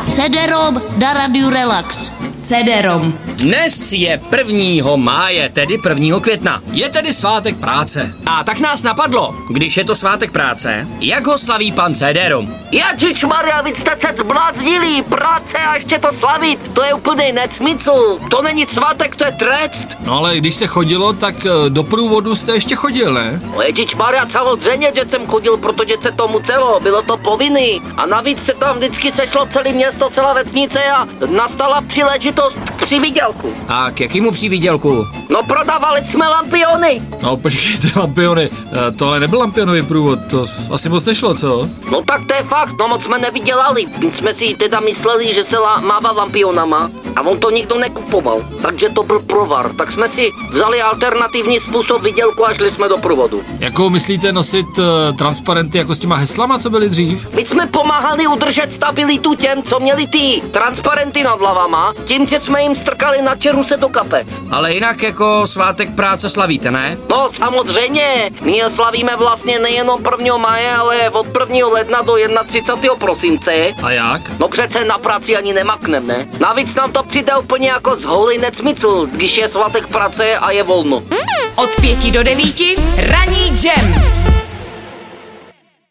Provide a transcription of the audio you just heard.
CD-ROM na Radio Relax. CD-ROM. Dnes je 1. máje, tedy 1. května. Je tedy svátek práce. A tak nás napadlo, když je to svátek práce, jak ho slaví pan CD-ROM? Ježišmarja, vy jste se zbláznili, práce a ještě to slavit, to je úplný necmysl, to není svátek, to je trest. No ale když se chodilo, tak do průvodu jste ještě chodil, ne? Ježišmarja, samozřejmě, že jsem chodil, protože se to muselo, bylo to povinný. A navíc se tam vždycky sešlo celé město, celá vesnice a nastala příležitost k přivídělku. A k jakému přivídělku? No prodávali jsme lampiony. No počkejte, lampiony, to ale nebyl lampionový průvod, to asi moc nešlo, co? No tak to je fakt, no moc jsme nevydělali. My jsme si teda mysleli, že se mává lampionama a on to nikdo nekupoval. Takže to byl provar. Tak jsme si vzali alternativní způsob výdělku a šli jsme do průvodu. Jakou myslíte nosit transparenty jako s těma heslama, co byly dřív? My jsme pomáhali udržet stabilitu těm, co měli ty transparenty nad hlavama, tím, že jsme jim strkali na čeru se do kapec. Ale jinak jako svátek práce slavíte, ne? No samozřejmě, my je slavíme vlastně nejenom 1. máje, ale od 1. ledna do 31. prosince. A jak? No přece na práci ani nemaknem, ne? Navíc nám to přijde úplně jako z holý necmysl, když je svátek práce a je volno. Od 5 do 9 ranní jam.